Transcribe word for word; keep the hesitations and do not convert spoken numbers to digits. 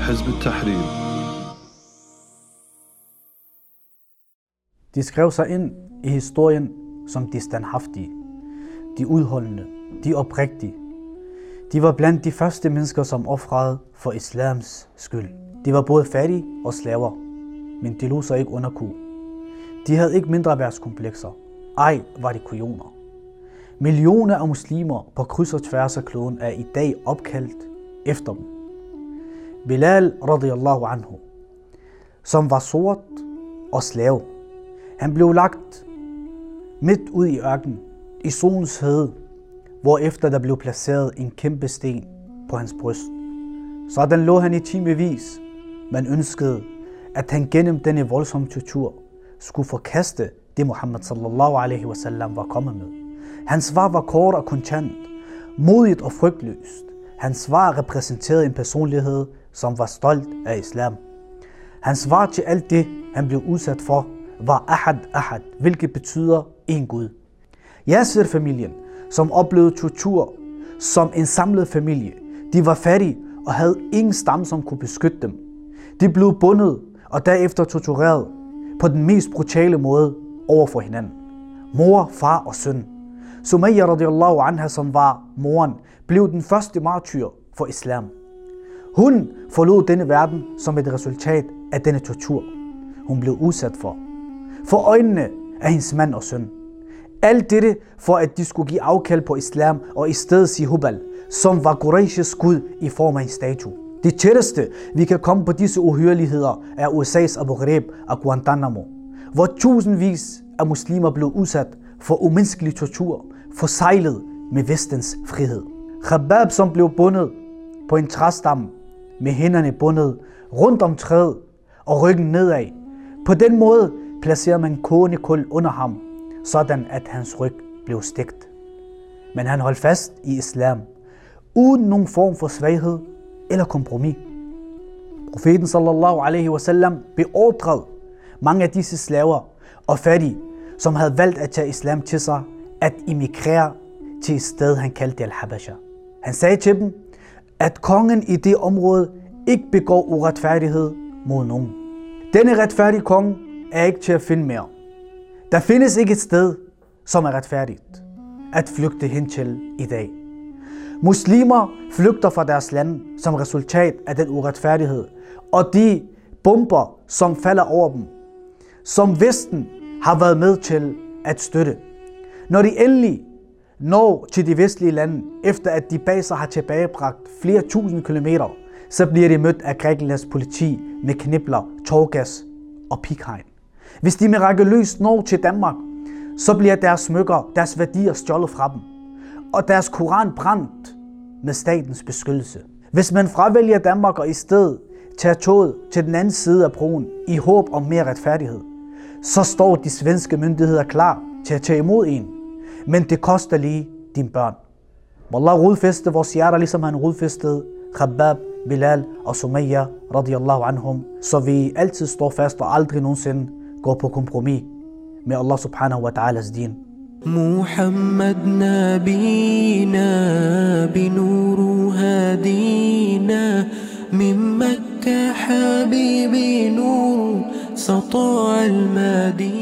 حزب التحرير. De skrev sig ind i historien som de standhaftige, de udholdende, de oprigtige. De var blandt de første mennesker, som ofrede for islams skyld. De var både fattige og slaver, men de lod sig ikke underkue. De havde ikke mindre værdskomplekser. Ej, var de kujoner. Millioner af muslimer på kryds og tværs af kloden er i dag opkaldt efter dem. Bilal radiyallahu anhu, som var sort og slave. Han blev lagt midt ud i ørkenen, i solens hede, hvorefter der blev placeret en kæmpe sten på hans bryst. Sådan lå han i timevis. Man ønskede, at han gennem denne voldsomme tortur skulle forkaste det Muhammad sallallahu alaihi wasallam var kommet med. Hans svar var kort og kontant, modigt og frygtløst. Hans svar repræsenterede en personlighed, som var stolt af islam. Hans svar til alt det, han blev udsat for, var ahad ahad, hvilket betyder en Gud. Yasir-familien, som oplevede tortur som en samlet familie, de var fattige og havde ingen stamme, som kunne beskytte dem. De blev bundet og derefter tortureret på den mest brutale måde over for hinanden. Mor, far og søn. Sumayya radiyallahu anha, som var moren, blev den første martyr for islam. Hun forlod denne verden som et resultat af denne tortur, hun blev udsat for. For øjnene af hendes mand og søn. Alt dette for, at de skulle give afkald på islam og i stedet sige Hubal, som var Qurayshs gud i form af en statue. Det tætteste, vi kan komme på disse uhyreligheder, er U S A's Abu Ghraib og Guantanamo, hvor tusindvis af muslimer blev udsat for umenneskelig tortur, forsejlet med vestens frihed. Khabbab, som blev bundet på en træstamme med hænderne bundet rundt om træet og ryggen nedad. På den måde placerer man kogende kul under ham, sådan at hans ryg blev stegt. Men han holdt fast i islam, uden nogen form for svaghed eller kompromis. Profeten sallallahu alaihi wasallam beordrede mange af disse slaver og fattige, som havde valgt at tage islam til sig, at emigrere til et sted, han kaldte Al-Habasha. Han sagde til dem, at kongen i det område ikke begår uretfærdighed mod nogen. Denne retfærdige konge er ikke til at finde mere. Der findes ikke et sted, som er retfærdigt at flygte hen til i dag. Muslimer flygter fra deres land som resultat af den uretfærdighed og de bomber, som falder over dem, som Vesten har været med til at støtte. Når de endelig når til de vestlige lande, efter at de bag sig har tilbagebragt flere tusind kilometer, så bliver de mødt af Grækenlands politi med knibler, tårgas og pikhegn. Hvis de mirakuløst når til Danmark, så bliver deres smykker, deres værdier stjålet fra dem, og deres koran brændt med statens beskyttelse. Hvis man fravælger Danmark og i stedet tager toget til den anden side af broen i håb om mere retfærdighed, så står de svenske myndigheder klar til at tage imod en. Men det koster lige dine børn. Wallah rodfæste vores hjerter, ligesom han rodfæstede Khabbab, Bilal og Sumayya radiyallahu anhum, så vi altid står fast og aldrig nogensinde går på kompromis med Allah subhanahu wa ta'alas din. محمد نبينا بنور هدينا من مكة حبيبي نور سطاع المدينة.